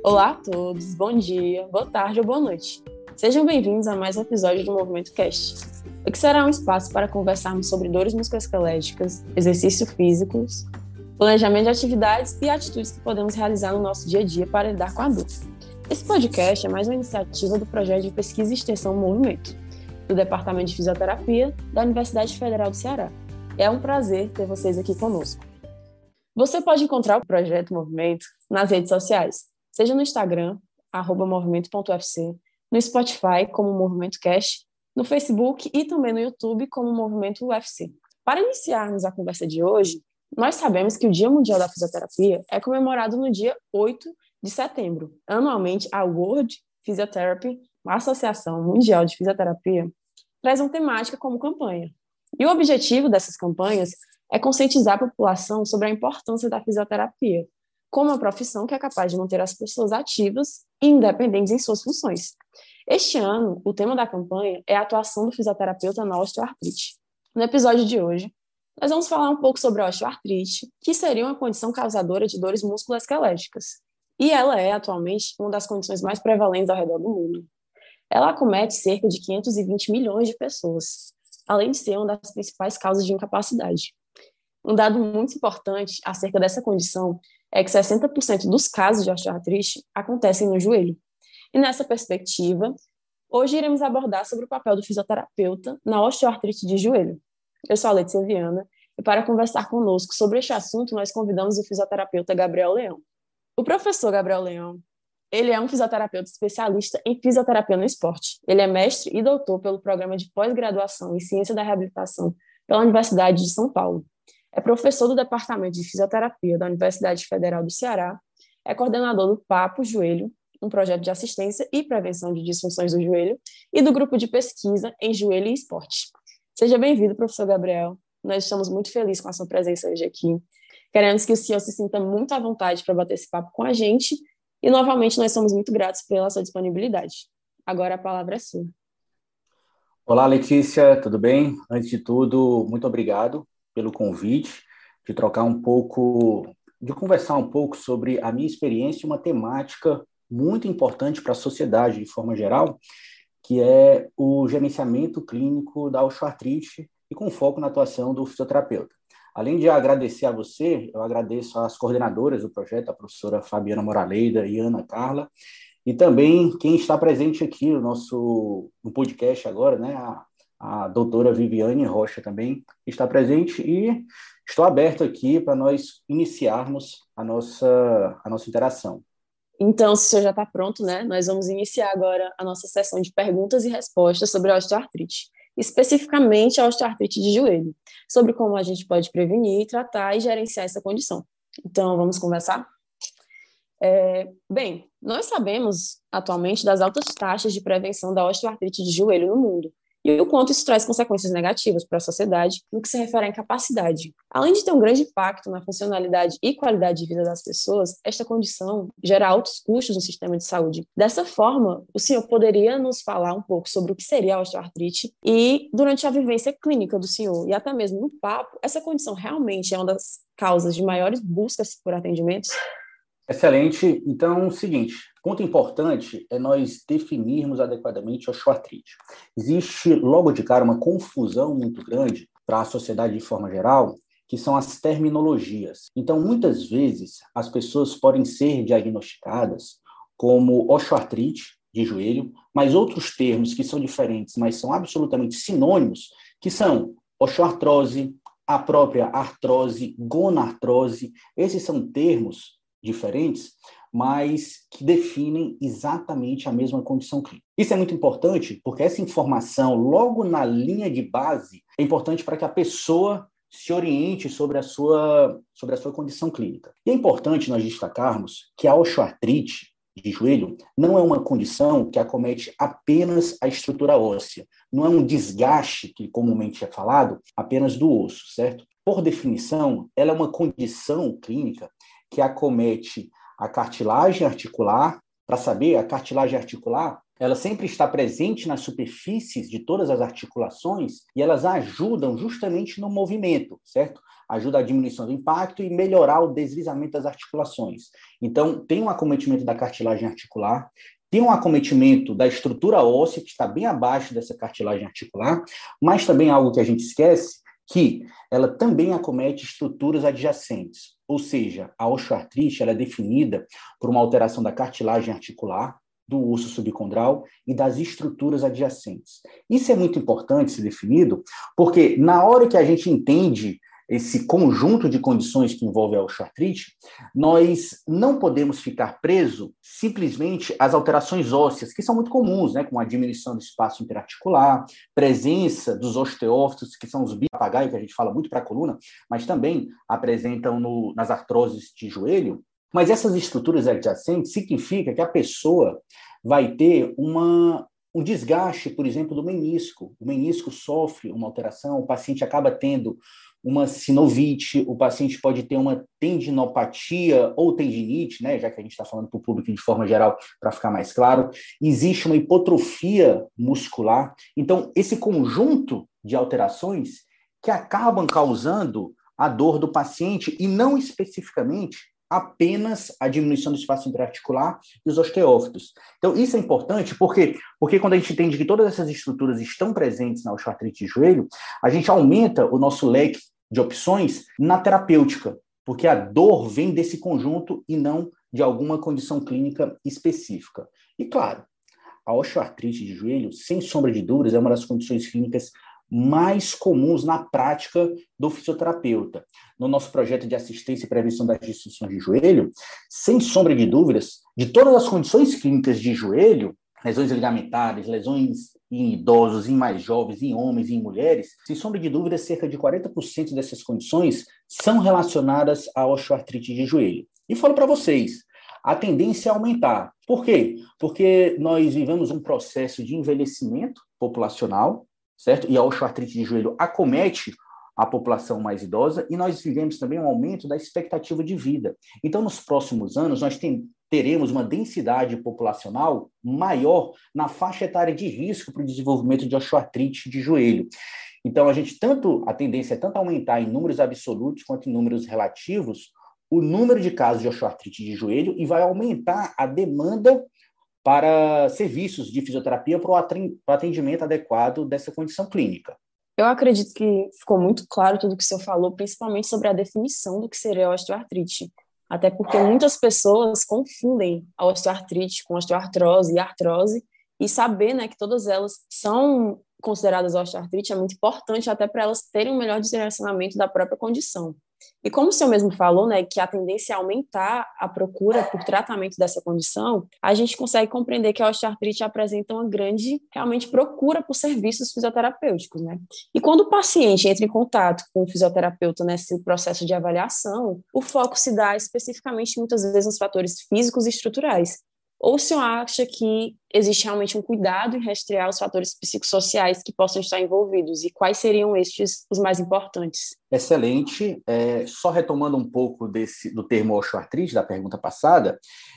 Olá a todos, bom dia, boa tarde ou boa noite. Sejam bem-vindos a mais um episódio do Movimento Cast, o que será um espaço para conversarmos sobre dores musculoesqueléticas, exercícios físicos, planejamento de atividades e atitudes que podemos realizar no nosso dia a dia para lidar com a dor. Esse podcast é mais uma iniciativa do projeto de pesquisa e extensão Movimento, do Departamento de Fisioterapia da Universidade Federal do Ceará. É um prazer ter vocês aqui conosco. Você pode encontrar o projeto Movimento nas redes sociais, seja no Instagram, @movimento.ufc, no Spotify como Movimento Cast, no Facebook e também no YouTube como Movimento UFC. Para iniciarmos a conversa de hoje, nós sabemos que o Dia Mundial da Fisioterapia é comemorado no dia 8 de setembro. Anualmente, a World Physiotherapy, a Associação Mundial de Fisioterapia, traz uma temática como campanha. E o objetivo dessas campanhas é conscientizar a população sobre a importância da fisioterapia, como uma profissão que é capaz de manter as pessoas ativas e independentes em suas funções. Este ano, o tema da campanha é a atuação do fisioterapeuta na osteoartrite. No episódio de hoje, nós vamos falar um pouco sobre a osteoartrite, que seria uma condição causadora de dores musculoesqueléticas. E ela é, atualmente, uma das condições mais prevalentes ao redor do mundo. Ela acomete cerca de 520 milhões de pessoas, além de ser uma das principais causas de incapacidade. Um dado muito importante acerca dessa condição é que 60% dos casos de osteoartrite acontecem no joelho. E nessa perspectiva, hoje iremos abordar sobre o papel do fisioterapeuta na osteoartrite de joelho. Eu sou a Letícia Viana e para conversar conosco sobre este assunto, nós convidamos o fisioterapeuta Gabriel Leão. O professor Gabriel Leão, ele é um fisioterapeuta especialista em fisioterapia no esporte. Ele é mestre e doutor pelo programa de pós-graduação em ciência da reabilitação pela Universidade de São Paulo. É professor do Departamento de Fisioterapia da Universidade Federal do Ceará, é coordenador do PAPO Joelho, um projeto de assistência e prevenção de disfunções do joelho, e do grupo de pesquisa em joelho e esporte. Seja bem-vindo, professor Gabriel. Nós estamos muito felizes com a sua presença hoje aqui. Queremos que o senhor se sinta muito à vontade para bater esse papo com a gente, e novamente nós somos muito gratos pela sua disponibilidade. Agora a palavra é sua. Olá, Letícia, tudo bem? Antes de tudo, muito obrigado pelo convite, de trocar um pouco, de conversar um pouco sobre a minha experiência e uma temática muito importante para a sociedade de forma geral, que é o gerenciamento clínico da osteoartrite e com foco na atuação do fisioterapeuta. Além de agradecer a você, eu agradeço às coordenadoras do projeto, a professora Fabiana Moraleida e Ana Carla, e também quem está presente aqui no podcast agora, né, a doutora Viviane Rocha também está presente, e estou aberto aqui para nós iniciarmos a nossa interação. Então, se o senhor já está pronto, né, nós vamos iniciar agora a nossa sessão de perguntas e respostas sobre a osteoartrite, especificamente a osteoartrite de joelho, sobre como a gente pode prevenir, tratar e gerenciar essa condição. Então, vamos conversar? Bem, nós sabemos atualmente das altas taxas de prevenção da osteoartrite de joelho no mundo e o quanto isso traz consequências negativas para a sociedade no que se refere à incapacidade. Além de ter um grande impacto na funcionalidade e qualidade de vida das pessoas, esta condição gera altos custos no sistema de saúde. Dessa forma, o senhor poderia nos falar um pouco sobre o que seria a osteoartrite e, durante a vivência clínica do senhor e até mesmo no papo, essa condição realmente é uma das causas de maiores buscas por atendimentos? Excelente. Então, o seguinte, ponto importante é nós definirmos adequadamente a osteoartrite. Existe, logo de cara, uma confusão muito grande para a sociedade de forma geral, que são as terminologias. Então, muitas vezes, as pessoas podem ser diagnosticadas como osteoartrite de joelho, mas outros termos que são diferentes, mas são absolutamente sinônimos, que são osteoartrose, a própria artrose, gonartrose. Esses são termos diferentes, mas que definem exatamente a mesma condição clínica. Isso é muito importante porque essa informação, logo na linha de base, é importante para que a pessoa se oriente sobre a sua condição clínica. E é importante nós destacarmos que a osteoartrite de joelho não é uma condição que acomete apenas a estrutura óssea, não é um desgaste, que comumente é falado, apenas do osso, certo? Por definição, ela é uma condição clínica que acomete a cartilagem articular. Para saber, a cartilagem articular ela sempre está presente nas superfícies de todas as articulações e elas ajudam justamente no movimento, certo? Ajuda a diminuição do impacto e melhorar o deslizamento das articulações. Então, tem um acometimento da cartilagem articular, tem um acometimento da estrutura óssea, que está bem abaixo dessa cartilagem articular, mas também algo que a gente esquece, que ela também acomete estruturas adjacentes, ou seja, a osteoartrite ela é definida por uma alteração da cartilagem articular, do osso subcondral e das estruturas adjacentes. Isso é muito importante ser definido, porque na hora que a gente entende esse conjunto de condições que envolve a osteoartrite, nós não podemos ficar presos simplesmente às alterações ósseas, que são muito comuns, né, como a diminuição do espaço interarticular, presença dos osteófitos, que são os biopagaios, que a gente fala muito para a coluna, mas também apresentam nas artroses de joelho. Mas essas estruturas adjacentes significa que a pessoa vai ter um desgaste, por exemplo, do menisco. O menisco sofre uma alteração, o paciente acaba tendo uma sinovite, o paciente pode ter uma tendinopatia ou tendinite, né, já que a gente está falando para o público de forma geral, para ficar mais claro. Existe uma hipotrofia muscular. Então, esse conjunto de alterações que acabam causando a dor do paciente e não especificamente apenas a diminuição do espaço interarticular e os osteófitos. Então, isso é importante porque quando a gente entende que todas essas estruturas estão presentes na osteoartrite de joelho, a gente aumenta o nosso leque de opções na terapêutica, porque a dor vem desse conjunto e não de alguma condição clínica específica. E, claro, a osteoartrite de joelho, sem sombra de dúvidas, é uma das condições clínicas mais comuns na prática do fisioterapeuta. No nosso projeto de assistência e prevenção das disfunções de joelho, sem sombra de dúvidas, de todas as condições clínicas de joelho, lesões ligamentares, lesões em idosos, em mais jovens, em homens, em mulheres, sem sombra de dúvidas, cerca de 40% dessas condições são relacionadas à osteoartrite de joelho. E falo para vocês, a tendência é aumentar. Por quê? Porque nós vivemos um processo de envelhecimento populacional, certo? E a osteoartrite de joelho acomete a população mais idosa e nós vivemos também um aumento da expectativa de vida. Então, nos próximos anos, nós teremos uma densidade populacional maior na faixa etária de risco para o desenvolvimento de osteoartrite de joelho. Então, a tendência é tanto aumentar em números absolutos quanto em números relativos o número de casos de osteoartrite de joelho e vai aumentar a demanda para serviços de fisioterapia para o atendimento adequado dessa condição clínica. Eu acredito que ficou muito claro tudo que o senhor falou, principalmente sobre a definição do que seria a osteoartrite. Até porque muitas pessoas confundem a osteoartrite com osteoartrose e artrose, e saber, né, que todas elas são consideradas osteoartrite é muito importante até para elas terem um melhor direcionamento da própria condição. E como o senhor mesmo falou, né, que a tendência é aumentar a procura por tratamento dessa condição, a gente consegue compreender que a osteoartrite apresenta uma grande, realmente, procura por serviços fisioterapêuticos, né? E quando o paciente entra em contato com o fisioterapeuta nesse processo de avaliação, o foco se dá especificamente, muitas vezes, nos fatores físicos e estruturais. Ou o senhor acha que existe realmente um cuidado em rastrear os fatores psicossociais que possam estar envolvidos? E quais seriam estes os mais importantes? Excelente. Só retomando um pouco do termo osteoartrite, da pergunta passada,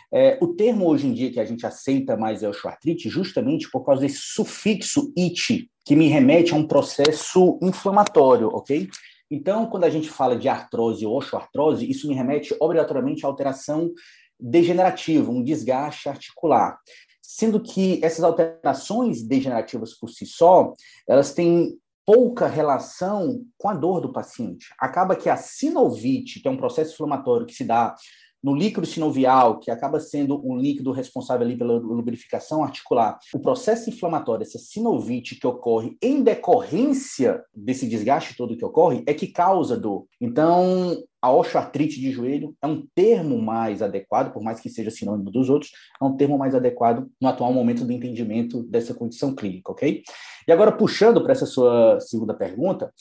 o termo hoje em dia que a gente aceita mais é osteoartrite justamente por causa desse sufixo "ite", que me remete a um processo inflamatório, ok? Então, quando a gente fala de artrose ou osteoartrose, isso me remete obrigatoriamente à alteração degenerativa, um desgaste articular. Sendo que essas alterações degenerativas por si só, elas têm pouca relação com a dor do paciente. Acaba que a sinovite, que é um processo inflamatório que se dá no líquido sinovial, que acaba sendo um líquido responsável ali pela lubrificação articular, o processo inflamatório, essa sinovite que ocorre em decorrência desse desgaste todo que ocorre, é que causa dor. Então, a osteoartrite de joelho é um termo mais adequado, por mais que seja sinônimo dos outros, é um termo mais adequado no atual momento do entendimento dessa condição clínica, ok? E agora, puxando para essa sua segunda pergunta,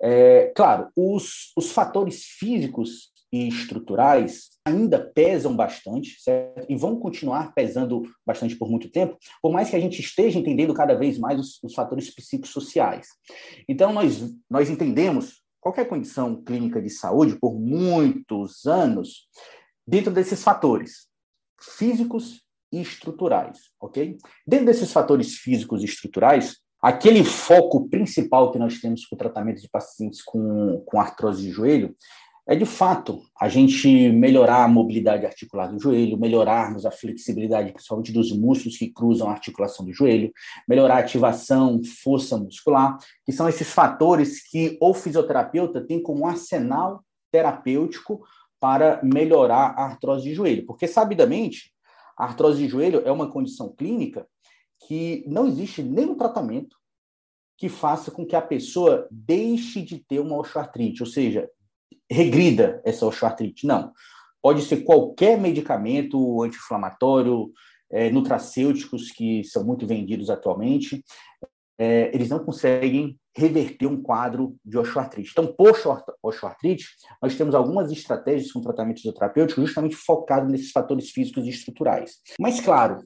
claro, os fatores físicos e estruturais ainda pesam bastante, certo? E vão continuar pesando bastante por muito tempo, por mais que a gente esteja entendendo cada vez mais os fatores psicossociais. Então, nós entendemos qualquer condição clínica de saúde por muitos anos dentro desses fatores físicos e estruturais, ok? Dentro desses fatores físicos e estruturais, aquele foco principal que nós temos para o tratamento de pacientes com artrose de joelho é, de fato, a gente melhorar a mobilidade articular do joelho, melhorarmos a flexibilidade, principalmente dos músculos que cruzam a articulação do joelho, melhorar a ativação, força muscular, que são esses fatores que o fisioterapeuta tem como arsenal terapêutico para melhorar a artrose de joelho. Porque, sabidamente, a artrose de joelho é uma condição clínica que não existe nenhum tratamento que faça com que a pessoa deixe de ter uma osteoartrite, ou seja, regrida essa osteoartrite. Não. Pode ser qualquer medicamento anti-inflamatório, nutracêuticos, que são muito vendidos atualmente, eles não conseguem reverter um quadro de osteoartrite. Então, pós-osteoartrite, nós temos algumas estratégias com tratamento fisioterapêutico justamente focado nesses fatores físicos e estruturais. Mas, claro,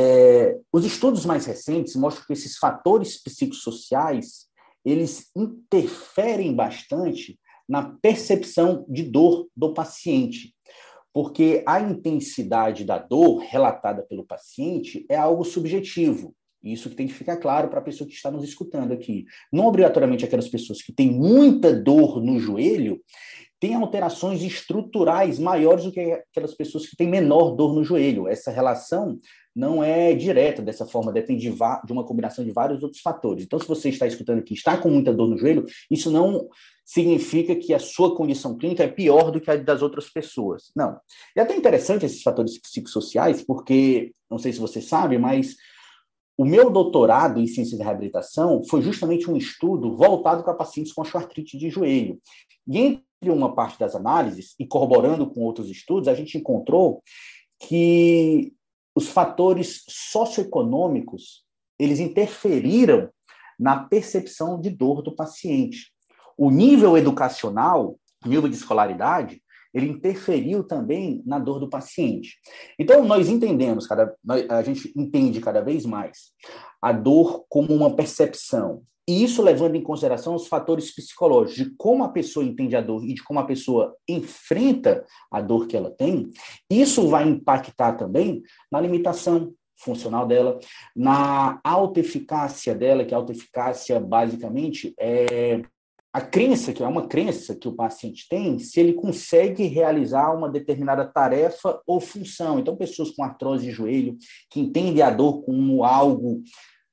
os estudos mais recentes mostram que esses fatores psicossociais, eles interferem bastante na percepção de dor do paciente, porque a intensidade da dor relatada pelo paciente é algo subjetivo. Isso que tem que ficar claro para a pessoa que está nos escutando aqui. Não obrigatoriamente aquelas pessoas que têm muita dor no joelho têm alterações estruturais maiores do que aquelas pessoas que têm menor dor no joelho. Essa relação não é direta dessa forma, depende de uma combinação de vários outros fatores. Então, se você está escutando aqui, está com muita dor no joelho, isso não significa que a sua condição clínica é pior do que a das outras pessoas. Não. E é até interessante esses fatores psicossociais, porque, não sei se você sabe, mas o meu doutorado em ciência de reabilitação foi justamente um estudo voltado para pacientes com osteoartrite de joelho. E entre uma parte das análises, e corroborando com outros estudos, a gente encontrou que os fatores socioeconômicos, eles interferiram na percepção de dor do paciente. O nível educacional, o nível de escolaridade, ele interferiu também na dor do paciente. Então, a gente entende cada vez mais a dor como uma percepção. E isso levando em consideração os fatores psicológicos, de como a pessoa entende a dor e de como a pessoa enfrenta a dor que ela tem, isso vai impactar também na limitação funcional dela, na autoeficácia dela, que a autoeficácia basicamente é a crença, que é uma crença que o paciente tem, se ele consegue realizar uma determinada tarefa ou função. Então, pessoas com artrose de joelho, que entendem a dor como algo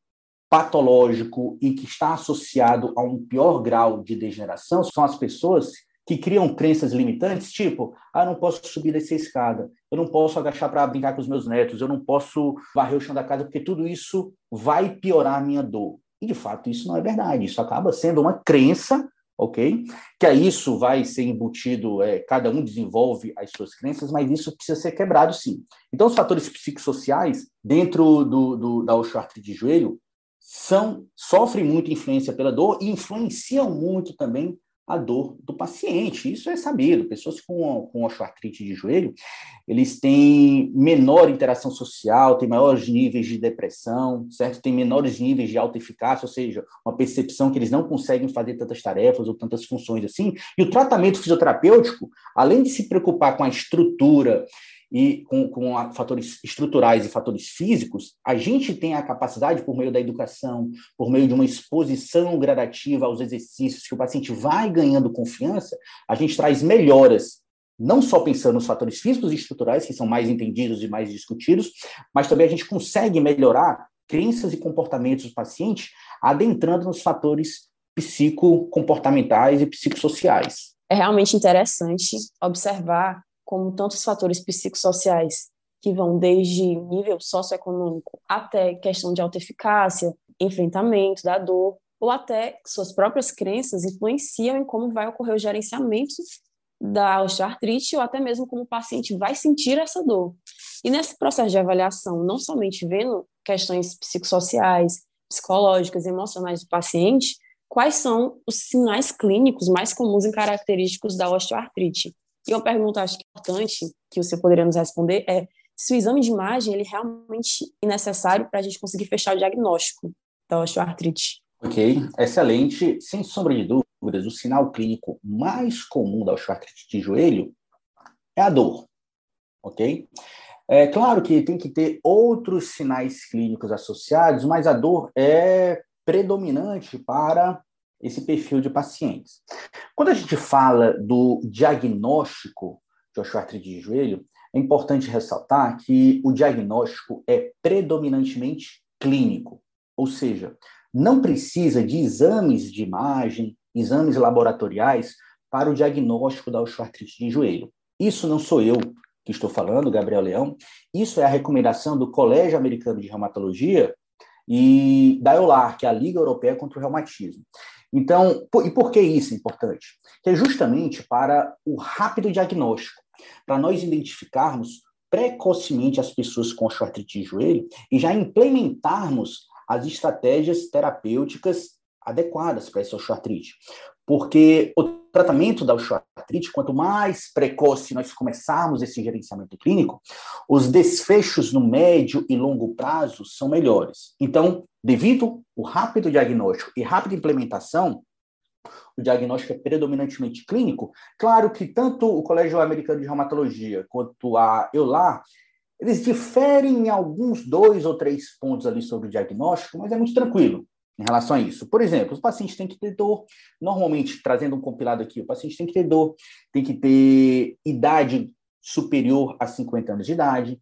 patológico e que está associado a um pior grau de degeneração, são as pessoas que criam crenças limitantes, tipo, eu não posso subir dessa escada, eu não posso agachar para brincar com os meus netos, eu não posso varrer o chão da casa, porque tudo isso vai piorar a minha dor. E, de fato, isso não é verdade. Isso acaba sendo uma crença, ok? Que aí isso vai ser embutido, cada um desenvolve as suas crenças, mas isso precisa ser quebrado, sim. Então, os fatores psicossociais dentro da osteoartrite de joelho sofrem muita influência pela dor e influenciam muito também a dor do paciente. Isso é sabido. Pessoas com osteoartrite de joelho, eles têm menor interação social, têm maiores níveis de depressão, certo? Têm menores níveis de autoeficácia, ou seja, uma percepção que eles não conseguem fazer tantas tarefas ou tantas funções assim. E o tratamento fisioterapêutico, além de se preocupar com a estrutura e com fatores estruturais e fatores físicos, a gente tem a capacidade, por meio da educação, por meio de uma exposição gradativa aos exercícios, que o paciente vai ganhando confiança, a gente traz melhoras, não só pensando nos fatores físicos e estruturais, que são mais entendidos e mais discutidos, mas também a gente consegue melhorar crenças e comportamentos do paciente, adentrando nos fatores psicocomportamentais e psicossociais. É realmente interessante observar como tantos fatores psicossociais que vão desde nível socioeconômico até questão de autoeficácia, enfrentamento da dor, ou até suas próprias crenças influenciam em como vai ocorrer o gerenciamento da osteoartrite ou até mesmo como o paciente vai sentir essa dor. E nesse processo de avaliação, não somente vendo questões psicossociais, psicológicas e emocionais do paciente, quais são os sinais clínicos mais comuns e característicos da osteoartrite? E uma pergunta, acho que importante, que você poderia nos responder é se o exame de imagem ele realmente é necessário para a gente conseguir fechar o diagnóstico da osteoartrite. Ok, excelente. Sem sombra de dúvidas, o sinal clínico mais comum da osteoartrite de joelho é a dor, ok? É claro que tem que ter outros sinais clínicos associados, mas a dor é predominante para esse perfil de pacientes. Quando a gente fala do diagnóstico de osteoartrite de joelho, é importante ressaltar que o diagnóstico é predominantemente clínico, ou seja, não precisa de exames de imagem, exames laboratoriais para o diagnóstico da osteoartrite de joelho. Isso não sou eu que estou falando, Gabriel Leão, isso é a recomendação do Colégio Americano de Reumatologia e da EULAR, que é a Liga Europeia contra o Reumatismo. Então, e por que isso é importante? Que é justamente para o rápido diagnóstico, para nós identificarmos precocemente as pessoas com osteoartrite de joelho e já implementarmos as estratégias terapêuticas adequadas para essa osteoartrite. Porque o tratamento da osteoartrite, quanto mais precoce nós começarmos esse gerenciamento clínico, os desfechos no médio e longo prazo são melhores. Então, devido ao rápido diagnóstico e rápida implementação, o diagnóstico é predominantemente clínico. Claro que tanto o Colégio Americano de Reumatologia quanto a EULAR, eles diferem em alguns 2 ou 3 pontos ali sobre o diagnóstico, mas é muito tranquilo em relação a isso. Por exemplo, os pacientes têm que ter dor. Normalmente, trazendo um compilado aqui, o paciente tem que ter dor, tem que ter idade superior a 50 anos de idade,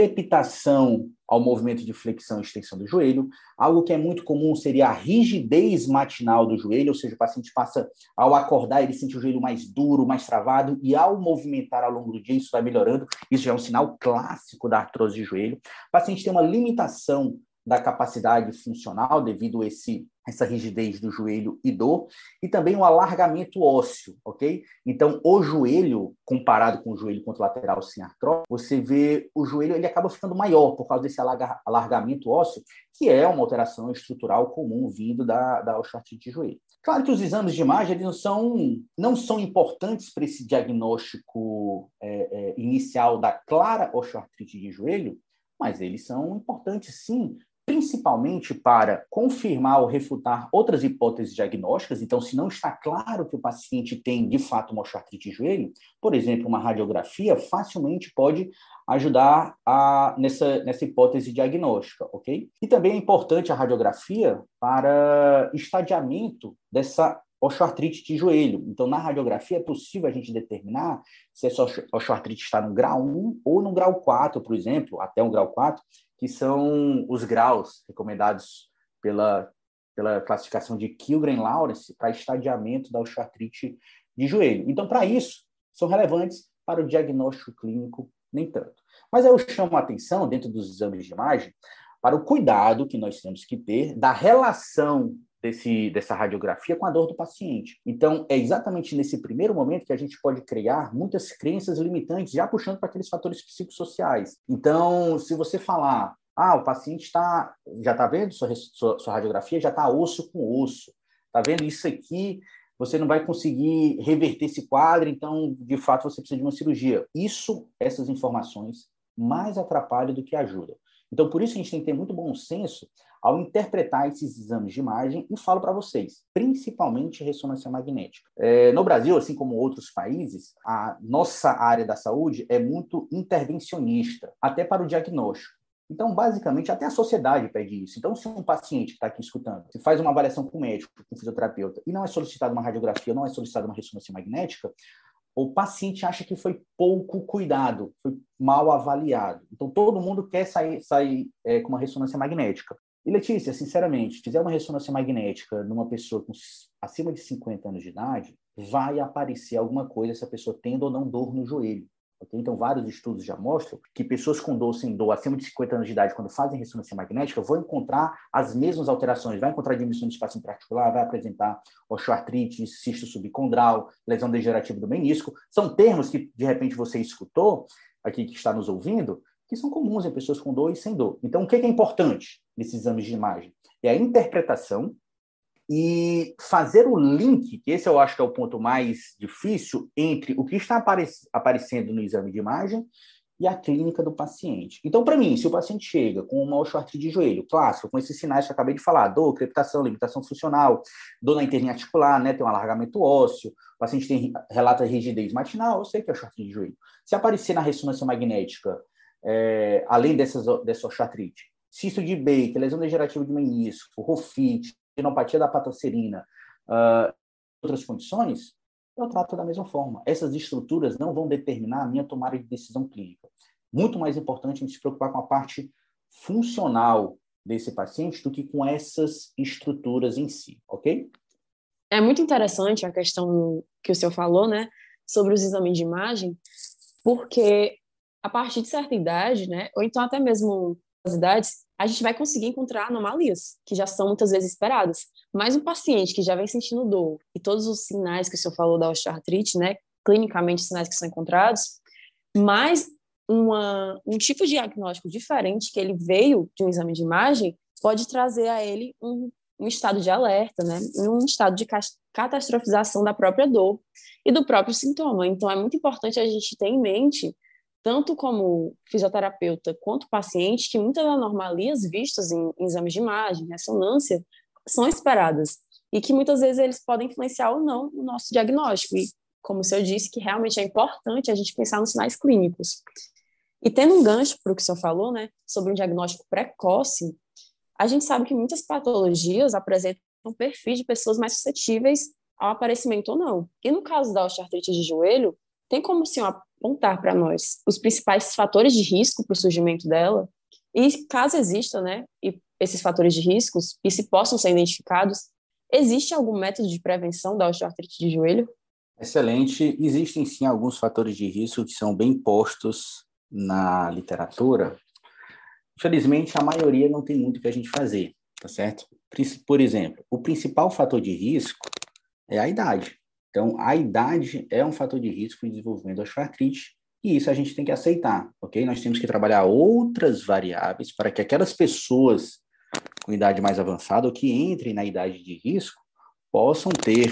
crepitação ao movimento de flexão e extensão do joelho. Algo que é muito comum seria a rigidez matinal do joelho, ou seja, o paciente passa, ao acordar, ele sente o joelho mais duro, mais travado, e ao movimentar ao longo do dia, isso vai melhorando. Isso já é um sinal clássico da artrose de joelho. O paciente tem uma limitação da capacidade funcional devido a essa rigidez do joelho e dor, e também o alargamento ósseo, ok? Então, o joelho, comparado com o joelho contralateral sem artrose, você vê o joelho, ele acaba ficando maior por causa desse alargamento ósseo, que é uma alteração estrutural comum vindo da osteoartrite de joelho. Claro que os exames de imagem eles não são importantes para esse diagnóstico inicial da clara osteoartrite de joelho, mas eles são importantes, sim, principalmente para confirmar ou refutar outras hipóteses diagnósticas. Então, se não está claro que o paciente tem, de fato, uma osteoartrite de joelho, por exemplo, uma radiografia facilmente pode ajudar nessa hipótese diagnóstica, ok? E também é importante a radiografia para estadiamento dessa osteoartrite de joelho. Então, na radiografia é possível a gente determinar se essa osteoartrite está no grau 1 ou no grau 4, por exemplo, até um grau 4, que são os graus recomendados pela classificação de Killgren-Lawrence para estadiamento da osteoartrite de joelho. Então, para isso, são relevantes para o diagnóstico clínico, nem tanto. Mas eu chamo a atenção, dentro dos exames de imagem, para o cuidado que nós temos que ter da relação dessa radiografia com a dor do paciente. Então, é exatamente nesse primeiro momento que a gente pode criar muitas crenças limitantes, já puxando para aqueles fatores psicossociais. Então, se você falar, o paciente já está vendo sua radiografia, já está osso com osso, está vendo isso aqui, você não vai conseguir reverter esse quadro, então, de fato, você precisa de uma cirurgia. Essas informações, mais atrapalham do que ajudam. Então, por isso a gente tem que ter muito bom senso ao interpretar esses exames de imagem, e falo para vocês, principalmente ressonância magnética. No Brasil, assim como outros países, a nossa área da saúde é muito intervencionista, até para o diagnóstico. Então, basicamente, até a sociedade pede isso. Então, se um paciente que está aqui escutando, se faz uma avaliação com o médico, com o fisioterapeuta, e não é solicitada uma radiografia, não é solicitada uma ressonância magnética, o paciente acha que foi pouco cuidado, foi mal avaliado. Então, todo mundo quer sair com uma ressonância magnética. E, Letícia, sinceramente, fizer uma ressonância magnética numa pessoa acima de 50 anos de idade, vai aparecer alguma coisa se a pessoa tem ou não dor no joelho. Okay? Então, vários estudos já mostram que pessoas com dor sem dor acima de 50 anos de idade, quando fazem ressonância magnética, vão encontrar as mesmas alterações. Vai encontrar diminuição de espaço intraarticular, vai apresentar osteoartrite, cisto subcondral, lesão degenerativa do menisco. São termos que, de repente, você escutou, aqui que está nos ouvindo, que são comuns em pessoas com dor e sem dor. Então, o que é importante nesses exames de imagem? É a interpretação e fazer o link, que esse eu acho que é o ponto mais difícil, entre o que está aparecendo no exame de imagem e a clínica do paciente. Então, para mim, se o paciente chega com uma osteoartrite de joelho clássico, com esses sinais que eu acabei de falar, dor, crepitação, limitação funcional, dor na interna articular, né, tem um alargamento ósseo, o paciente relata rigidez matinal, eu sei que é osteoartrite de joelho. Se aparecer na ressonância magnética além dessa osteoartrite. Cisto de Baker, lesão degenerativa de menisco, rofite, tenopatia da patacerina, outras condições, eu trato da mesma forma. Essas estruturas não vão determinar a minha tomada de decisão clínica. Muito mais importante a gente se preocupar com a parte funcional desse paciente do que com essas estruturas em si, ok? É muito interessante a questão que o senhor falou, né, sobre os exames de imagem, porque a partir de certa idade, né, ou então até mesmo as idades, a gente vai conseguir encontrar anomalias que já são muitas vezes esperadas. Mas um paciente que já vem sentindo dor e todos os sinais que o senhor falou da osteoartrite, né, clinicamente os sinais que são encontrados, mais um tipo de diagnóstico diferente que ele veio de um exame de imagem pode trazer a ele um estado de alerta, né, um estado de catastrofização da própria dor e do próprio sintoma. Então, é muito importante a gente ter em mente, tanto como fisioterapeuta quanto paciente, que muitas anomalias vistas em exames de imagem, ressonância, são esperadas e que muitas vezes eles podem influenciar ou não o nosso diagnóstico. E, como o senhor disse, que realmente é importante a gente pensar nos sinais clínicos. E tendo um gancho para o que o senhor falou, né, sobre um diagnóstico precoce, a gente sabe que muitas patologias apresentam perfis de pessoas mais suscetíveis ao aparecimento ou não. E no caso da osteoartrite de joelho, tem como o senhor apontar para nós os principais fatores de risco para o surgimento dela? E caso exista, né, e esses fatores de riscos, e se possam ser identificados, existe algum método de prevenção da osteoartrite de joelho? Excelente. Existem, sim, alguns fatores de risco que são bem postos na literatura. Infelizmente, a maioria não tem muito o que a gente fazer, tá certo? Por exemplo, o principal fator de risco é a idade. Então, a idade é um fator de risco de desenvolvimento da osteoartrite, e isso a gente tem que aceitar, ok? Nós temos que trabalhar outras variáveis para que aquelas pessoas com idade mais avançada ou que entrem na idade de risco possam ter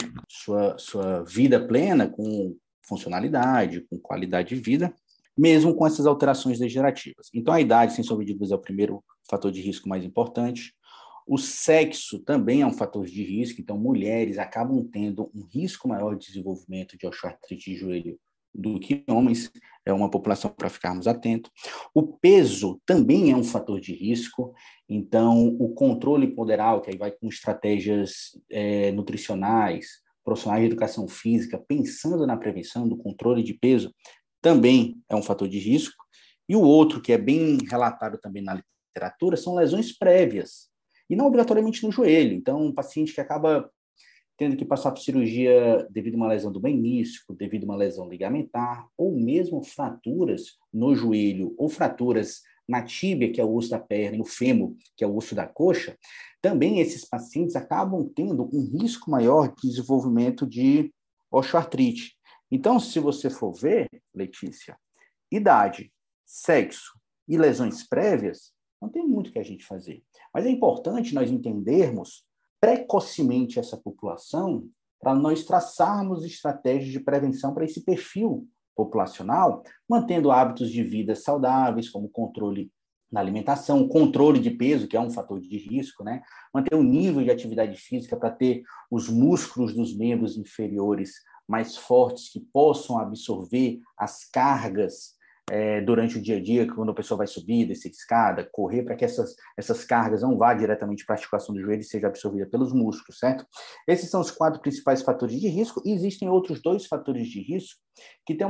sua vida plena com funcionalidade, com qualidade de vida, mesmo com essas alterações degenerativas. Então, a idade, sem sombra de dúvidas, é o primeiro fator de risco mais importante. O sexo também é um fator de risco, então mulheres acabam tendo um risco maior de desenvolvimento de osteoartrite de joelho do que homens, é uma população para ficarmos atentos. O peso também é um fator de risco, então o controle ponderal, que aí vai com estratégias nutricionais, profissionais de educação física, pensando na prevenção do controle de peso, também é um fator de risco. E o outro, que é bem relatado também na literatura, são lesões prévias, e não obrigatoriamente no joelho. Então, um paciente que acaba tendo que passar por cirurgia devido a uma lesão do menisco, devido a uma lesão ligamentar, ou mesmo fraturas no joelho, ou fraturas na tíbia, que é o osso da perna, e no fêmur, que é o osso da coxa, também esses pacientes acabam tendo um risco maior de desenvolvimento de osteoartrite. Então, se você for ver, Letícia, idade, sexo e lesões prévias, não tem muito que a gente fazer. Mas é importante nós entendermos precocemente essa população para nós traçarmos estratégias de prevenção para esse perfil populacional, mantendo hábitos de vida saudáveis, como controle na alimentação, controle de peso, que é um fator de risco, né? Manter o nível de atividade física para ter os músculos dos membros inferiores mais fortes, que possam absorver as cargas durante o dia a dia, quando a pessoa vai subir, descer escada, correr, para que essas cargas não vá diretamente para a articulação do joelho e seja absorvida pelos músculos, certo? Esses são os 4 principais fatores de risco, e existem outros 2 fatores de risco que têm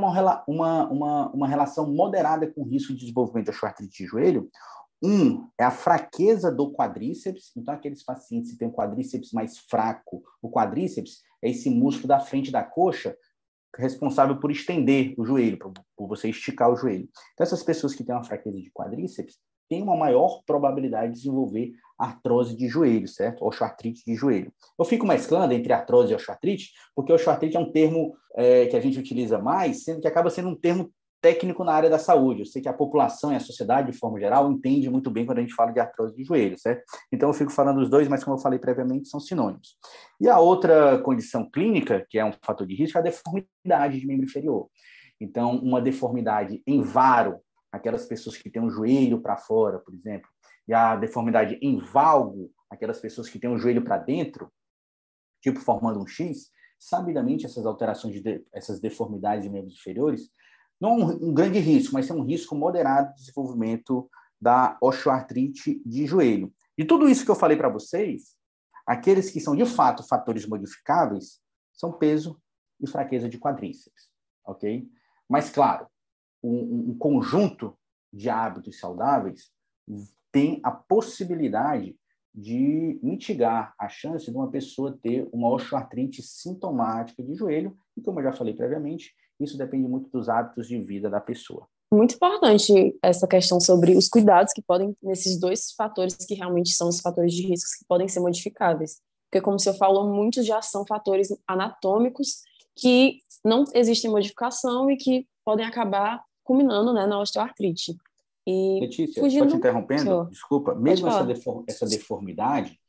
uma relação moderada com o risco de desenvolvimento de osteoartrite de joelho. Um é a fraqueza do quadríceps. Então, aqueles pacientes que têm um quadríceps mais fraco, o quadríceps é esse músculo da frente da coxa, responsável por estender o joelho, por você esticar o joelho. Então, essas pessoas que têm uma fraqueza de quadríceps têm uma maior probabilidade de desenvolver artrose de joelho, certo? Osteoartrite de joelho. Eu fico mesclando entre artrose e osteoartrite, porque osteoartrite é um termo que a gente utiliza mais, sendo que acaba sendo um termo técnico na área da saúde. Eu sei que a população e a sociedade, de forma geral, entende muito bem quando a gente fala de artrose de joelho, certo? Então, eu fico falando os dois, mas como eu falei previamente, são sinônimos. E a outra condição clínica, que é um fator de risco, é a deformidade de membro inferior. Então, uma deformidade em varo, aquelas pessoas que têm o joelho para fora, por exemplo, e a deformidade em valgo, aquelas pessoas que têm o joelho para dentro, tipo formando um X, sabidamente essas alterações, essas deformidades de membros inferiores, não um grande risco, mas tem um risco moderado de desenvolvimento da osteoartrite de joelho. De tudo isso que eu falei para vocês, aqueles que são, de fato, fatores modificáveis são peso e fraqueza de quadríceps, ok? Mas, claro, um conjunto de hábitos saudáveis tem a possibilidade de mitigar a chance de uma pessoa ter uma osteoartrite sintomática de joelho, e como eu já falei previamente, isso depende muito dos hábitos de vida da pessoa. Muito importante essa questão sobre os cuidados que podem, nesses dois fatores que realmente são os fatores de risco que podem ser modificáveis. Porque, como o senhor falou, muitos já são fatores anatômicos que não existem modificação e que podem acabar culminando, né, na osteoartrite. E Letícia, só te fugindo... interrompendo, Senhor, desculpa, mesmo essa deformidade,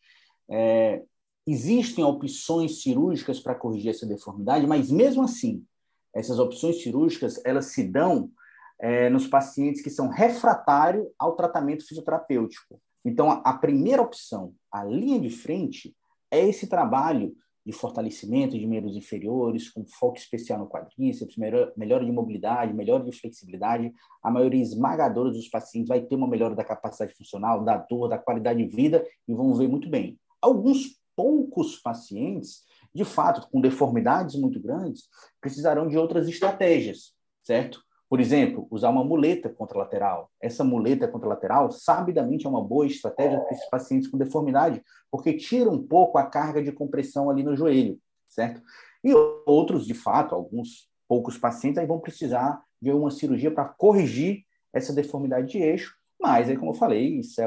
existem opções cirúrgicas para corrigir essa deformidade, mas mesmo assim, essas opções cirúrgicas, elas se dão nos pacientes que são refratários ao tratamento fisioterapêutico. Então, a primeira opção, a linha de frente, é esse trabalho de fortalecimento de membros inferiores, com foco especial no quadríceps, melhora de mobilidade, melhora de flexibilidade. A maioria esmagadora dos pacientes vai ter uma melhora da capacidade funcional, da dor, da qualidade de vida, e vão ver muito bem. Alguns poucos pacientes, de fato, com deformidades muito grandes, precisarão de outras estratégias, certo? Por exemplo, usar uma muleta contralateral. Essa muleta contralateral, sabidamente, é uma boa estratégia para esses pacientes com deformidade, porque tira um pouco a carga de compressão ali no joelho, certo? E outros, de fato, alguns poucos pacientes aí vão precisar de uma cirurgia para corrigir essa deformidade de eixo, mas, aí, como eu falei, isso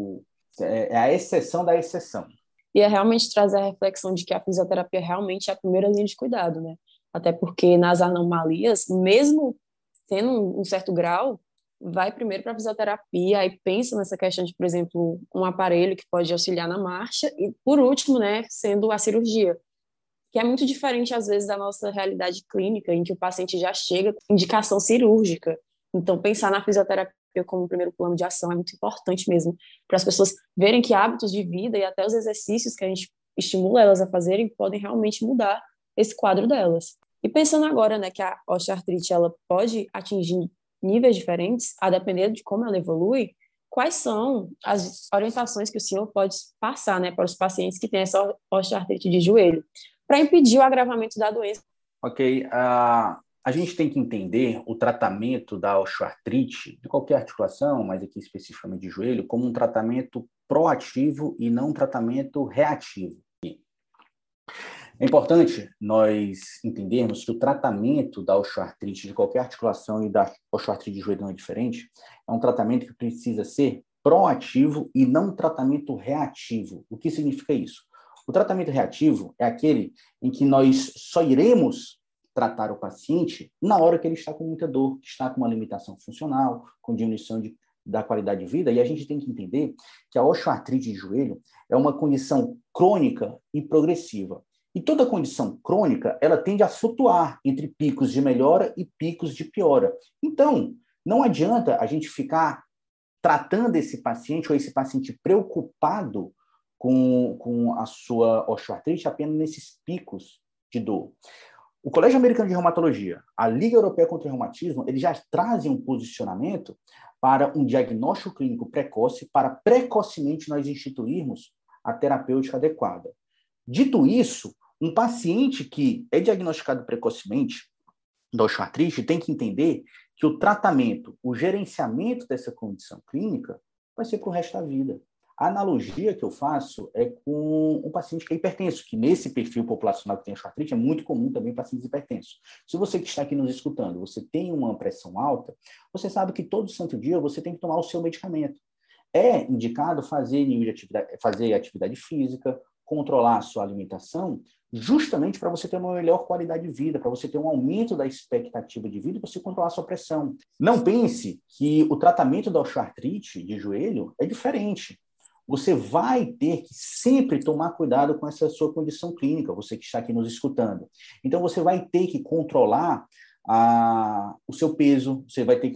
é a exceção da exceção. E é realmente trazer a reflexão de que a fisioterapia realmente é a primeira linha de cuidado, né? Até porque nas anomalias, mesmo tendo um certo grau, vai primeiro para a fisioterapia, aí pensa nessa questão de, por exemplo, um aparelho que pode auxiliar na marcha, e por último, né, sendo a cirurgia, que é muito diferente, às vezes, da nossa realidade clínica, em que o paciente já chega com indicação cirúrgica. Então, pensar na fisioterapia como primeiro plano de ação é muito importante mesmo, para as pessoas verem que hábitos de vida e até os exercícios que a gente estimula elas a fazerem podem realmente mudar esse quadro delas. E pensando agora, né, que a osteoartrite ela pode atingir níveis diferentes, a depender de como ela evolui, quais são as orientações que o senhor pode passar, né, para os pacientes que têm essa osteoartrite de joelho, para impedir o agravamento da doença? Ok, a gente tem que entender o tratamento da osteoartrite, de qualquer articulação, mas aqui especificamente de joelho, como um tratamento proativo e não um tratamento reativo. É importante nós entendermos que o tratamento da osteoartrite de qualquer articulação e da osteoartrite de joelho não é diferente, é um tratamento que precisa ser proativo e não um tratamento reativo. O que significa isso? O tratamento reativo é aquele em que nós só iremos tratar o paciente na hora que ele está com muita dor, que está com uma limitação funcional, com diminuição da qualidade de vida, e a gente tem que entender que a osteoartrite de joelho é uma condição crônica e progressiva. E toda condição crônica, ela tende a flutuar entre picos de melhora e picos de piora. Então, não adianta a gente ficar tratando esse paciente ou esse paciente preocupado com a sua osteoartrite apenas nesses picos de dor. O Colégio Americano de Reumatologia, a Liga Europeia contra o Reumatismo, eles já trazem um posicionamento para um diagnóstico clínico precoce, para precocemente nós instituirmos a terapêutica adequada. Dito isso, um paciente que é diagnosticado precocemente da osteoartrite tem que entender que o tratamento, o gerenciamento dessa condição clínica vai ser para o resto da vida. A analogia que eu faço é com um paciente que é hipertenso, que nesse perfil populacional que tem osteoartrite é muito comum também pacientes hipertensos. Se você que está aqui nos escutando, você tem uma pressão alta, você sabe que todo santo dia você tem que tomar o seu medicamento. É indicado fazer atividade física, controlar a sua alimentação, justamente para você ter uma melhor qualidade de vida, para você ter um aumento da expectativa de vida e para você controlar a sua pressão. Não pense que o tratamento da osteoartrite de joelho é diferente. Você vai ter que sempre tomar cuidado com essa sua condição clínica, você que está aqui nos escutando. Então, você vai ter que controlar o seu peso, você vai ter que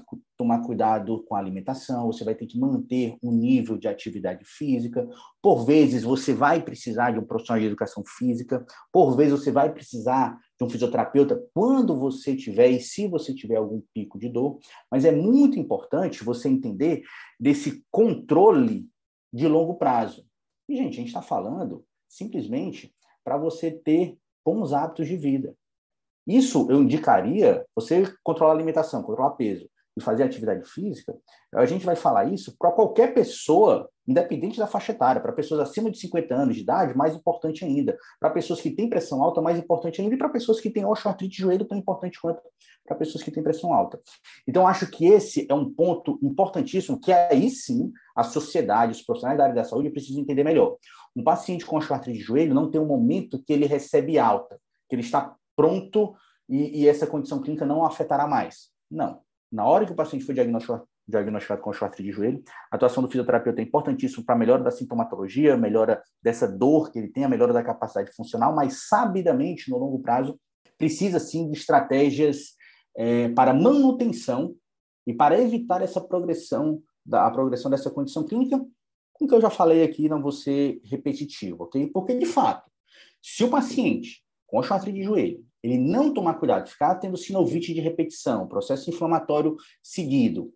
tomar cuidado com a alimentação, você vai ter que manter um nível de atividade física. Por vezes, você vai precisar de um profissional de educação física, por vezes, você vai precisar de um fisioterapeuta quando você tiver e se você tiver algum pico de dor. Mas é muito importante você entender desse controle de longo prazo. E, gente, a gente está falando simplesmente para você ter bons hábitos de vida. Isso eu indicaria você controlar a alimentação, controlar peso e fazer atividade física. A gente vai falar isso para qualquer pessoa, independente da faixa etária, para pessoas acima de 50 anos de idade, mais importante ainda. Para pessoas que têm pressão alta, mais importante ainda. E para pessoas que têm osteoartrite de joelho, tão importante quanto para pessoas que têm pressão alta. Então, acho que esse é um ponto importantíssimo que aí sim a sociedade, os profissionais da área da saúde precisam entender melhor. Um paciente com osteoartrite de joelho não tem um momento que ele recebe alta, que ele está pronto e essa condição clínica não afetará mais. Não. Na hora que o paciente foi diagnosticado com osteoartrite de joelho, a atuação do fisioterapeuta é importantíssima para a melhora da sintomatologia, melhora dessa dor que ele tem, a melhora da capacidade funcional, mas sabidamente, no longo prazo, precisa sim de estratégias para manutenção e para evitar essa progressão, a progressão dessa condição clínica, com que eu já falei aqui, não vou ser repetitivo, ok? Porque, de fato, se o paciente com osteoartrite de joelho, ele não tomar cuidado, ficar tendo sinovite de repetição, processo inflamatório seguido,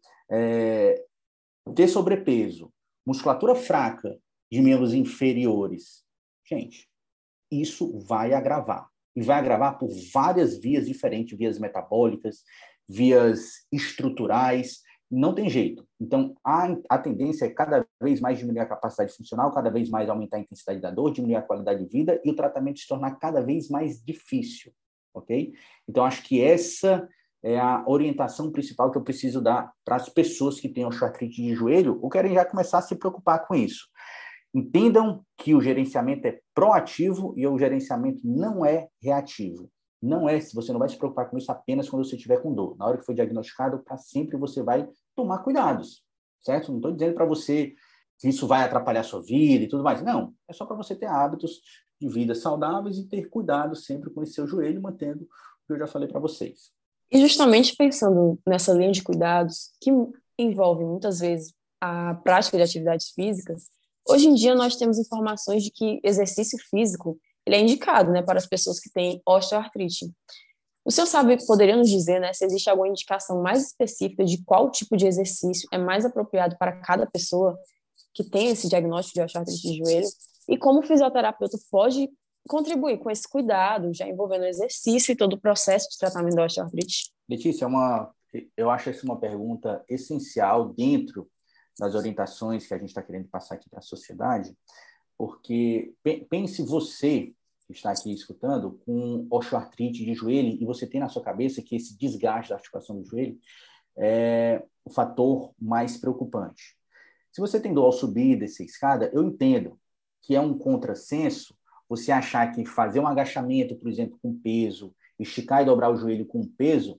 ter sobrepeso, musculatura fraca de membros inferiores, gente, isso vai agravar. E vai agravar por várias vias diferentes, vias metabólicas, vias estruturais, não tem jeito. Então, a tendência é cada vez mais diminuir a capacidade funcional, cada vez mais aumentar a intensidade da dor, diminuir a qualidade de vida e o tratamento se tornar cada vez mais difícil, ok? Então, acho que essa é a orientação principal que eu preciso dar para as pessoas que têm osteoartrite de joelho ou querem já começar a se preocupar com isso. Entendam que o gerenciamento é proativo e o gerenciamento não é reativo. Não é, se você não vai se preocupar com isso apenas quando você estiver com dor. Na hora que for diagnosticado, para sempre você vai tomar cuidados, certo? Não estou dizendo para você que isso vai atrapalhar a sua vida e tudo mais. Não, é só para você ter hábitos de vida saudáveis e ter cuidado sempre com esse seu joelho, mantendo o que eu já falei para vocês. E justamente pensando nessa linha de cuidados, que envolve muitas vezes a prática de atividades físicas, hoje em dia nós temos informações de que exercício físico ele é indicado, né, para as pessoas que têm osteoartrite. O senhor poderia nos dizer, né, se existe alguma indicação mais específica de qual tipo de exercício é mais apropriado para cada pessoa que tem esse diagnóstico de osteoartrite de joelho e como o fisioterapeuta pode contribuir com esse cuidado, já envolvendo o exercício e todo o processo de tratamento da osteoartrite? Letícia, eu acho essa uma pergunta essencial dentro das orientações que a gente está querendo passar aqui para a sociedade, porque pense você que está aqui escutando com osteoartrite de joelho e você tem na sua cabeça que esse desgaste da articulação do joelho é o fator mais preocupante. Se você tem dor ao subir e descer a escada, eu entendo que é um contrassenso você achar que fazer um agachamento, por exemplo, com peso, esticar e dobrar o joelho com peso,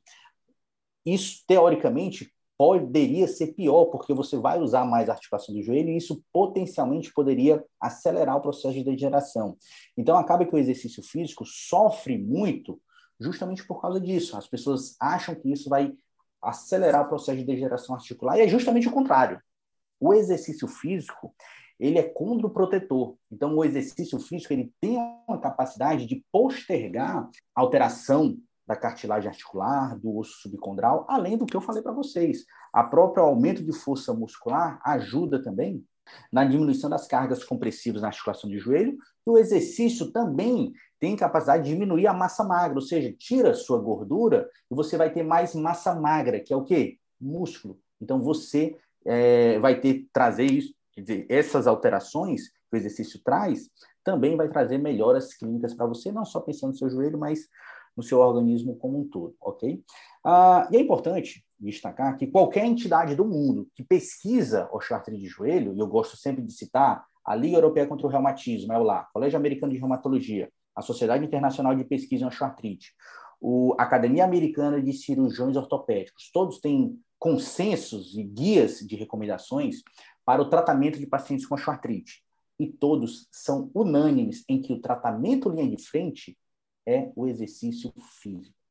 isso, teoricamente, poderia ser pior, porque você vai usar mais a articulação do joelho e isso potencialmente poderia acelerar o processo de degeneração. Então, acaba que o exercício físico sofre muito justamente por causa disso. As pessoas acham que isso vai acelerar o processo de degeneração articular e é justamente o contrário. O exercício físico, ele é condroprotetor. Então, o exercício físico ele tem uma capacidade de postergar a alteração da cartilagem articular, do osso subcondral, além do que eu falei para vocês. A própria aumento de força muscular ajuda também na diminuição das cargas compressivas na articulação de joelho, e o exercício também tem capacidade de diminuir a massa magra, ou seja, tira sua gordura e você vai ter mais massa magra, que é o quê? Músculo. Então, você vai trazer isso, quer dizer, essas alterações que o exercício traz, também vai trazer melhoras clínicas para você, não só pensando no seu joelho, mas no seu organismo como um todo, ok? E é importante destacar que qualquer entidade do mundo que pesquisa osteoartrite de joelho, e eu gosto sempre de citar a Liga Europeia contra o Reumatismo, é o lá, Colégio Americano de Reumatologia, a Sociedade Internacional de Pesquisa em Osteoartrite, a Academia Americana de Cirurgiões Ortopédicos, todos têm consensos e guias de recomendações para o tratamento de pacientes com osteoartrite. E todos são unânimes em que o tratamento linha de frente é o exercício físico.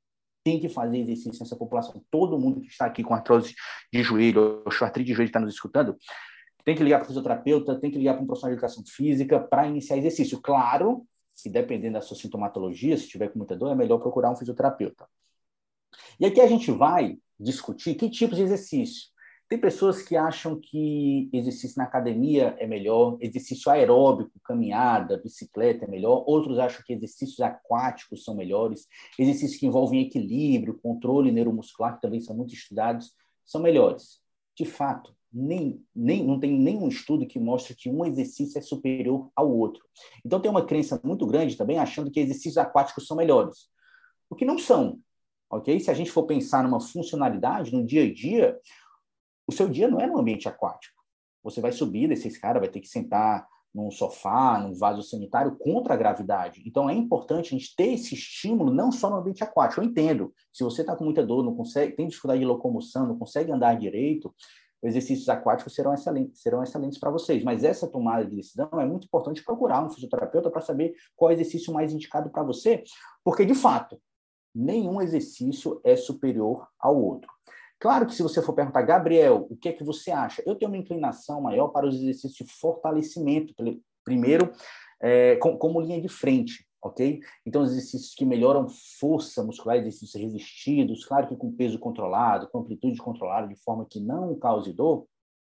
tem que fazer exercício nessa população. Todo mundo que está aqui com artrose de joelho, osteoartrite de joelho, está nos escutando, tem que ligar para o fisioterapeuta, tem que ligar para um profissional de educação física para iniciar exercício. Claro, se dependendo da sua sintomatologia, se tiver com muita dor, é melhor procurar um fisioterapeuta. E aqui a gente vai discutir que tipos de exercício. Tem pessoas que acham que exercício na academia é melhor, exercício aeróbico, caminhada, bicicleta é melhor. Outros acham que exercícios aquáticos são melhores. Exercícios que envolvem equilíbrio, controle neuromuscular, que também são muito estudados, são melhores. De fato, não tem nenhum estudo que mostre que um exercício é superior ao outro. Então, tem uma crença muito grande também achando que exercícios aquáticos são melhores. O que não são, ok? Se a gente for pensar numa funcionalidade, no dia a dia, o seu dia não é no ambiente aquático. Você vai subir, descer escada, vai ter que sentar num sofá, num vaso sanitário contra a gravidade. Então, é importante a gente ter esse estímulo não só no ambiente aquático. Eu entendo, se você está com muita dor, não consegue, tem dificuldade de locomoção, não consegue andar direito, exercícios aquáticos serão excelentes para vocês. Mas essa tomada de decisão é muito importante procurar um fisioterapeuta para saber qual é o exercício mais indicado para você, porque, de fato, nenhum exercício é superior ao outro. Claro que se você for perguntar, Gabriel, o que é que você acha? Eu tenho uma inclinação maior para os exercícios de fortalecimento, primeiro, como linha de frente, ok? Então, os exercícios que melhoram força muscular, exercícios resistidos, claro que com peso controlado, com amplitude controlada, de forma que não cause dor,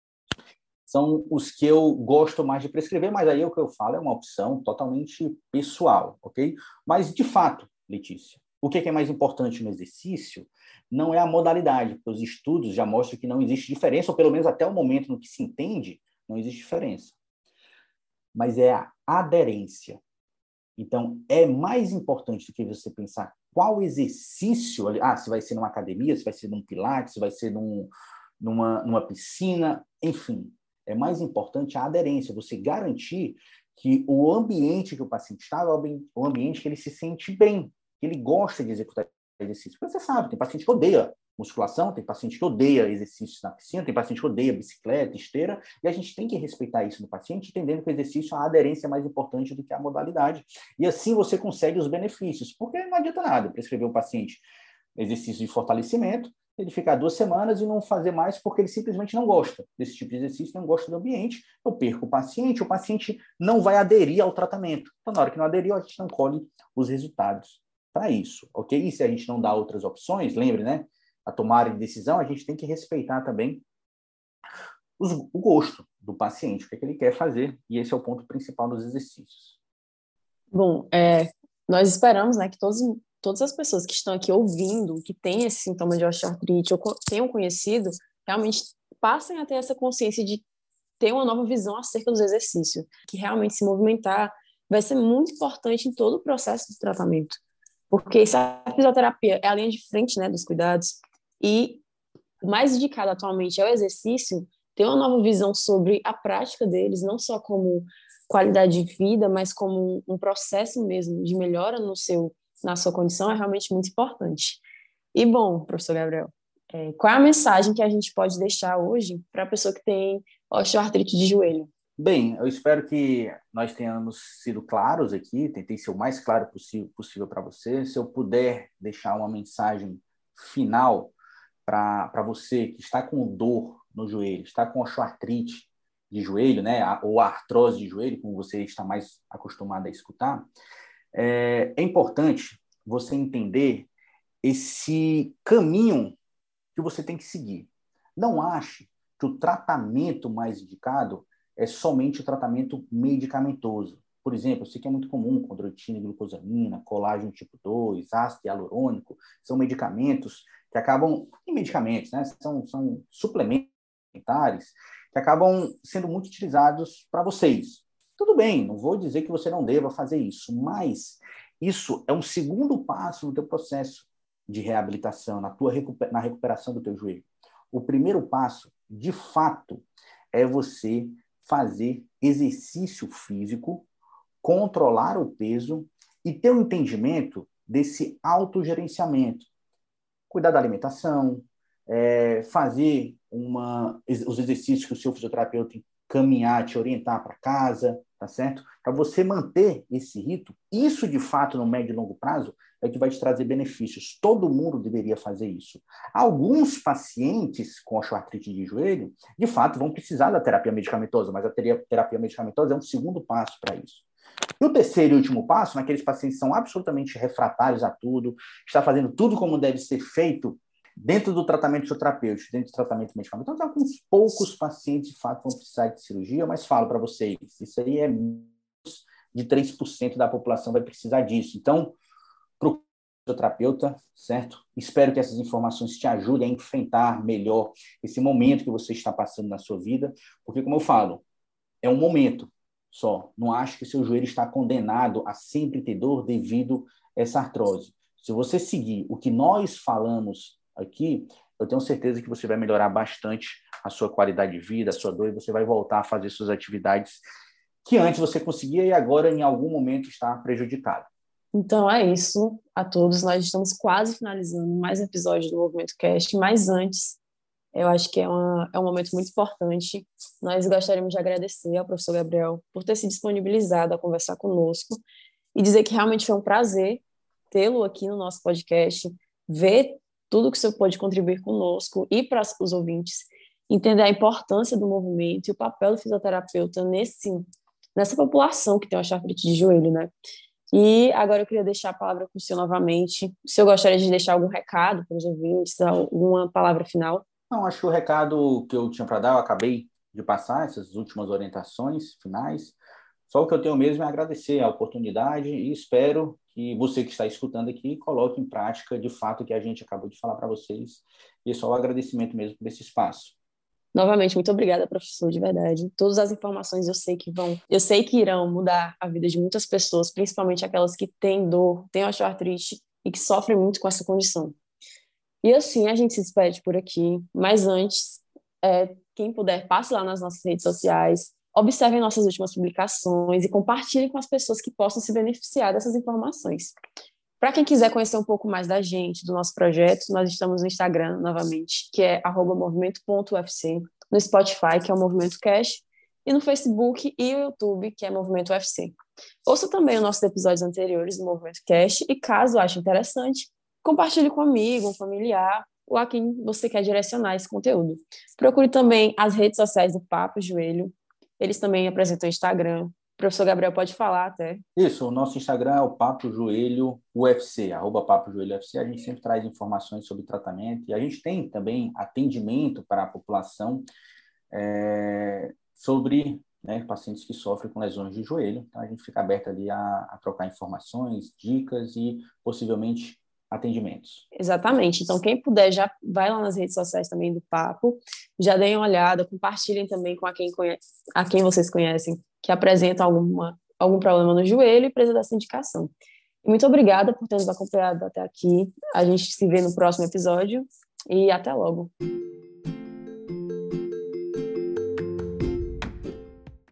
são os que eu gosto mais de prescrever, mas aí o que eu falo é uma opção totalmente pessoal, ok? Mas, de fato, Letícia, o que é mais importante no exercício não é a modalidade, porque os estudos já mostram que não existe diferença, ou pelo menos até o momento no que se entende, não existe diferença. Mas é a aderência. Então, é mais importante do que você pensar qual exercício, se vai ser numa academia, se vai ser num pilates, se vai ser numa piscina, enfim. É mais importante a aderência, você garantir que o ambiente que o paciente está é o ambiente que ele se sente bem, que ele gosta de executar exercício. Porque você sabe, tem paciente que odeia musculação, tem paciente que odeia exercícios na piscina, tem paciente que odeia bicicleta, esteira, e a gente tem que respeitar isso no paciente, entendendo que o exercício, a aderência é mais importante do que a modalidade. E assim você consegue os benefícios, porque não adianta nada prescrever ao paciente exercício de fortalecimento, ele ficar 2 semanas e não fazer mais porque ele simplesmente não gosta desse tipo de exercício, não gosta do ambiente, eu perco o paciente não vai aderir ao tratamento. Então, na hora que não aderiu, a gente não colhe os resultados para isso, ok? E se a gente não dá outras opções, lembre, né? A tomada de decisão, a gente tem que respeitar também o gosto do paciente, o que ele quer fazer, e esse é o ponto principal dos exercícios. Bom, nós esperamos, né, que todas as pessoas que estão aqui ouvindo, que têm esse sintoma de osteoartrite ou tenham conhecido, realmente passem a ter essa consciência de ter uma nova visão acerca dos exercícios, que realmente se movimentar vai ser muito importante em todo o processo de tratamento, porque a fisioterapia é a linha de frente, né, dos cuidados, e o mais indicado atualmente é o exercício, ter uma nova visão sobre a prática deles, não só como qualidade de vida, mas como um processo mesmo de melhora na sua condição, é realmente muito importante. E bom, professor Gabriel, qual é a mensagem que a gente pode deixar hoje para a pessoa que tem osteoartrite de joelho? Bem, eu espero que nós tenhamos sido claros aqui, tentei ser o mais claro possível para você. Se eu puder deixar uma mensagem final para você que está com dor no joelho, está com osteoartrite de joelho, né, ou artrose de joelho, como você está mais acostumado a escutar, é importante você entender esse caminho que você tem que seguir. Não ache que o tratamento mais indicado é somente o tratamento medicamentoso. Por exemplo, eu sei que é muito comum condroitina e glucosamina, colágeno tipo 2, ácido hialurônico, são medicamentos que acabam, medicamentos, né? São suplementares que acabam sendo muito utilizados para vocês. Tudo bem, não vou dizer que você não deva fazer isso, mas isso é um segundo passo no teu processo de reabilitação, na recuperação do teu joelho. O primeiro passo, de fato, é você fazer exercício físico, controlar o peso e ter um entendimento desse autogerenciamento. Cuidar da alimentação, fazer os exercícios que o seu fisioterapeuta caminhar, te orientar para casa, tá certo? Para você manter esse rito, isso de fato no médio e longo prazo é o que vai te trazer benefícios. Todo mundo deveria fazer isso. Alguns pacientes com osteoartrite de joelho, de fato, vão precisar da terapia medicamentosa, mas a terapia medicamentosa é um segundo passo para isso. E o terceiro e último passo, naqueles pacientes que são absolutamente refratários a tudo, está fazendo tudo como deve ser feito dentro do tratamento terapêutico, dentro do tratamento medicamentoso, então, alguns poucos pacientes, de fato, vão precisar de cirurgia, mas falo para vocês, isso aí é menos de 3% da população vai precisar disso. Então, procure o fisioterapeuta, certo? Espero que essas informações te ajudem a enfrentar melhor esse momento que você está passando na sua vida, porque, como eu falo, é um momento só. Não acho que seu joelho está condenado a sempre ter dor devido a essa artrose. Se você seguir o que nós falamos aqui, eu tenho certeza que você vai melhorar bastante a sua qualidade de vida, a sua dor, e você vai voltar a fazer suas atividades que antes você conseguia e agora, em algum momento, está prejudicado. Então é isso a todos. Nós estamos quase finalizando mais um episódio do Movimento Cast, mas antes, eu acho que é um momento muito importante. Nós gostaríamos de agradecer ao professor Gabriel por ter se disponibilizado a conversar conosco e dizer que realmente foi um prazer tê-lo aqui no nosso podcast, ver tudo que o senhor pode contribuir conosco e para os ouvintes, entender a importância do movimento e o papel do fisioterapeuta nessa população que tem osteoartrite de joelho, né? E agora eu queria deixar a palavra com o senhor novamente. O senhor gostaria de deixar algum recado para os ouvintes, alguma palavra final? Não, acho que o recado que eu tinha para dar, eu acabei de passar, essas últimas orientações finais. Só o que eu tenho mesmo é agradecer a oportunidade e espero que você que está escutando aqui coloque em prática, de fato, o que a gente acabou de falar para vocês. E só o agradecimento mesmo por esse espaço. Novamente, muito obrigada, professor, de verdade. Todas as informações eu sei que irão mudar a vida de muitas pessoas, principalmente aquelas que têm dor, têm osteoartrite e que sofrem muito com essa condição. E assim, a gente se despede por aqui, mas antes, quem puder, passe lá nas nossas redes sociais, observem nossas últimas publicações e compartilhem com as pessoas que possam se beneficiar dessas informações. Para quem quiser conhecer um pouco mais da gente, do nosso projeto, nós estamos no Instagram, novamente, que é @movimento.ufc, no Spotify, que é o Movimento Cash, e no Facebook e o YouTube, que é Movimento UFC. Ouça também os nossos episódios anteriores do Movimento Cash e, caso ache interessante, compartilhe com um amigo, um familiar, ou a quem você quer direcionar esse conteúdo. Procure também as redes sociais do Papo Joelho. Eles também apresentam o Instagram. O professor Gabriel pode falar até. Isso, o nosso Instagram é o Papo Joelho UFC, @PapoJoelhoUFC. A gente sempre traz informações sobre tratamento e a gente tem também atendimento para a população sobre pacientes que sofrem com lesões de joelho. Então, a gente fica aberto ali a trocar informações, dicas e possivelmente atendimentos. Exatamente. Então, quem puder, já vai lá nas redes sociais também do Papo, já deem uma olhada, compartilhem também com a quem vocês conhecem, que apresenta algum problema no joelho e precisa dessa indicação. E muito obrigada por ter nos acompanhado até aqui. A gente se vê no próximo episódio e até logo.